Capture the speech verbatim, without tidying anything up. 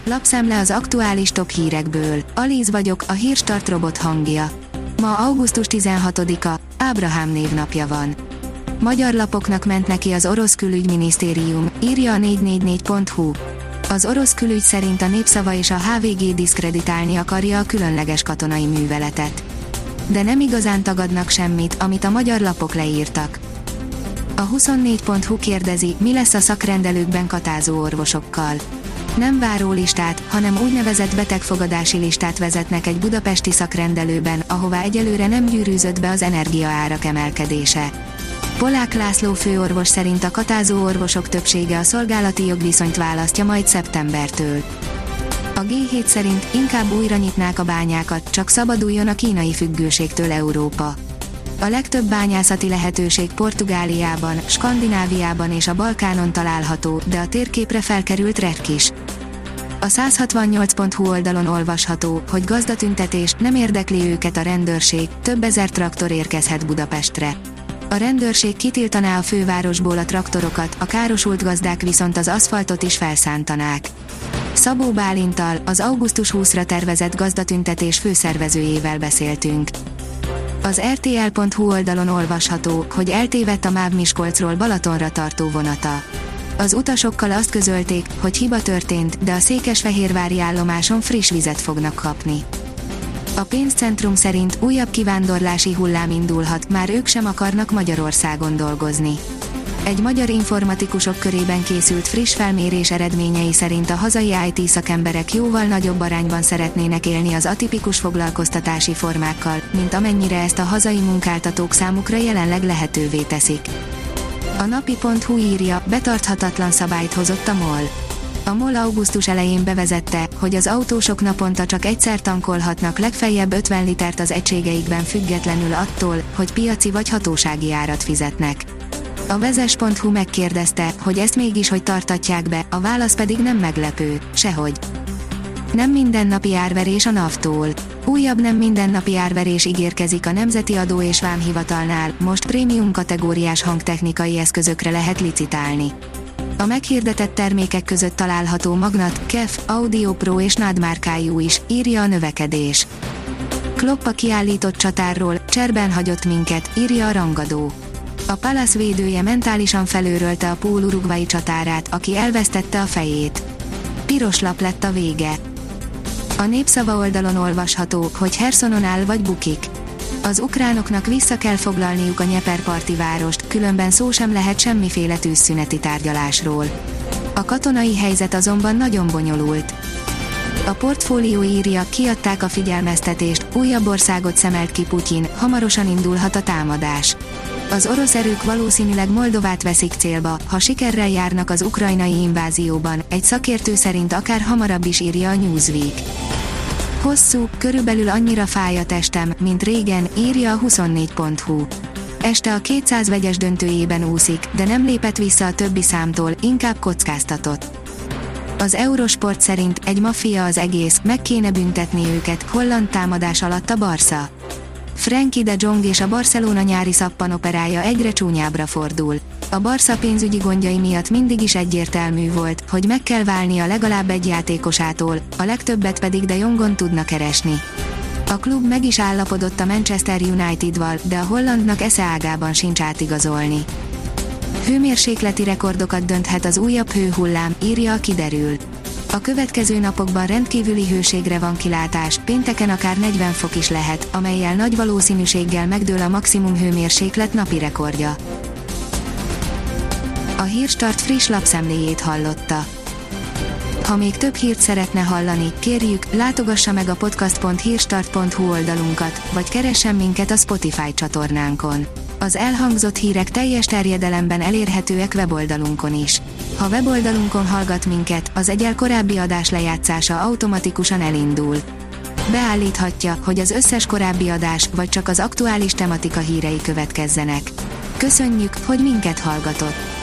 Lapszemle az aktuális top hírekből. Alíz vagyok, a Hírstart robot hangja. Ma augusztus tizenhatodika, Ábrahám névnapja van. Magyar lapoknak ment neki az orosz külügyminisztérium, írja a négy négy négy pont hu. Az orosz külügy szerint a Népszava és a há vé gé diszkreditálni akarja a különleges katonai műveletet. De nem igazán tagadnak semmit, amit a magyar lapok leírtak. A huszonnégy pont hu kérdezi, mi lesz a szakrendelőkben katázó orvosokkal. Nem várólistát, hanem úgynevezett betegfogadási listát vezetnek egy budapesti szakrendelőben, ahová egyelőre nem gyűrűzött be az energiaárak emelkedése. Polák László főorvos szerint a katázó orvosok többsége a szolgálati jogviszonyt választja majd szeptembertől. A gé hét szerint inkább újra nyitnák a bányákat, csak szabaduljon a kínai függőségtől Európa. A legtöbb bányászati lehetőség Portugáliában, Skandináviában és a Balkánon található, de a térképre felkerült rekk is. A száz hatvannyolc pont hu oldalon olvasható, hogy gazdatüntetés, nem érdekli őket a rendőrség, több ezer traktor érkezhet Budapestre. A rendőrség kitiltaná a fővárosból a traktorokat, a károsult gazdák viszont az aszfaltot is felszántanák. Szabó Bálinttal, az augusztus huszadikánra tervezett gazdatüntetés főszervezőjével beszéltünk. Az er té el pont hu oldalon olvasható, hogy eltévedt a MÁV Miskolcról Balatonra tartó vonata. Az utasokkal azt közölték, hogy hiba történt, de a székesfehérvári állomáson friss vizet fognak kapni. A pénzcentrum szerint újabb kivándorlási hullám indulhat, már ők sem akarnak Magyarországon dolgozni. Egy magyar informatikusok körében készült friss felmérés eredményei szerint a hazai i té szakemberek jóval nagyobb arányban szeretnének élni az atipikus foglalkoztatási formákkal, mint amennyire ezt a hazai munkáltatók számukra jelenleg lehetővé teszik. A napi pont hu írja, betarthatatlan szabályt hozott a MOL. A MOL augusztus elején bevezette, hogy az autósok naponta csak egyszer tankolhatnak legfeljebb ötven litert az egységeikben függetlenül attól, hogy piaci vagy hatósági árat fizetnek. A vezes pont hu megkérdezte, hogy ezt mégis hogy tartatják be, a válasz pedig nem meglepő, sehogy. Nem mindennapi árverés a NAV-tól. Újabb nem mindennapi árverés ígérkezik a Nemzeti Adó és Vámhivatalnál, most prémium kategóriás hangtechnikai eszközökre lehet licitálni. A meghirdetett termékek között található Magnat, Kef, Audio Pro és nád márkájú is, írja a Növekedés. Klopp a kiállított csatárról, cserben hagyott minket, írja a Rangadó. A Palace védője mentálisan felőrölte a Pool uruguayi csatárát, aki elvesztette a fejét. Piros lap lett a vége. A Népszava oldalon olvasható, hogy Hersonon áll vagy bukik. Az ukránoknak vissza kell foglalniuk a Nyeperparti várost, különben szó sem lehet semmiféle tűzszüneti tárgyalásról. A katonai helyzet azonban nagyon bonyolult. A Portfólió írja, kiadták a figyelmeztetést, újabb országot szemelt ki Putyin, hamarosan indulhat a támadás. Az orosz erők valószínűleg Moldovát veszik célba, ha sikerrel járnak az ukrajnai invázióban, egy szakértő szerint akár hamarabb is, írja a Newsweek. Hosszú, körülbelül annyira fáj a testem, mint régen, írja a huszonnégy pont hu. Este a kétszáz vegyes döntőjében úszik, de nem lépett vissza a többi számtól, inkább kockáztatott. Az Eurosport szerint egy maffia az egész, meg kéne büntetni őket, holland támadás alatt a Barca. Frenkie de Jong és a Barcelona nyári szappanoperája egyre csúnyábbra fordul. A Barca pénzügyi gondjai miatt mindig is egyértelmű volt, hogy meg kell válnia legalább egy játékosától, a legtöbbet pedig de Jongon tudna keresni. A klub meg is állapodott a Manchester United-val, de a hollandnak esze ágában sincs átigazolni. Hőmérsékleti rekordokat dönthet az újabb hőhullám, írja a Kiderül. A következő napokban rendkívüli hőségre van kilátás, pénteken akár negyven fok is lehet, amellyel nagy valószínűséggel megdől a maximum hőmérséklet napi rekordja. A Hírstart friss lapszemléjét hallotta. Ha még több hírt szeretne hallani, kérjük, látogassa meg a podcast pont hírstart pont hu oldalunkat, vagy keressen minket a Spotify csatornánkon. Az elhangzott hírek teljes terjedelemben elérhetőek weboldalunkon is. Ha weboldalunkon hallgat minket, az egyel korábbi adás lejátszása automatikusan elindul. Beállíthatja, hogy az összes korábbi adás, vagy csak az aktuális tematika hírei következzenek. Köszönjük, hogy minket hallgatott!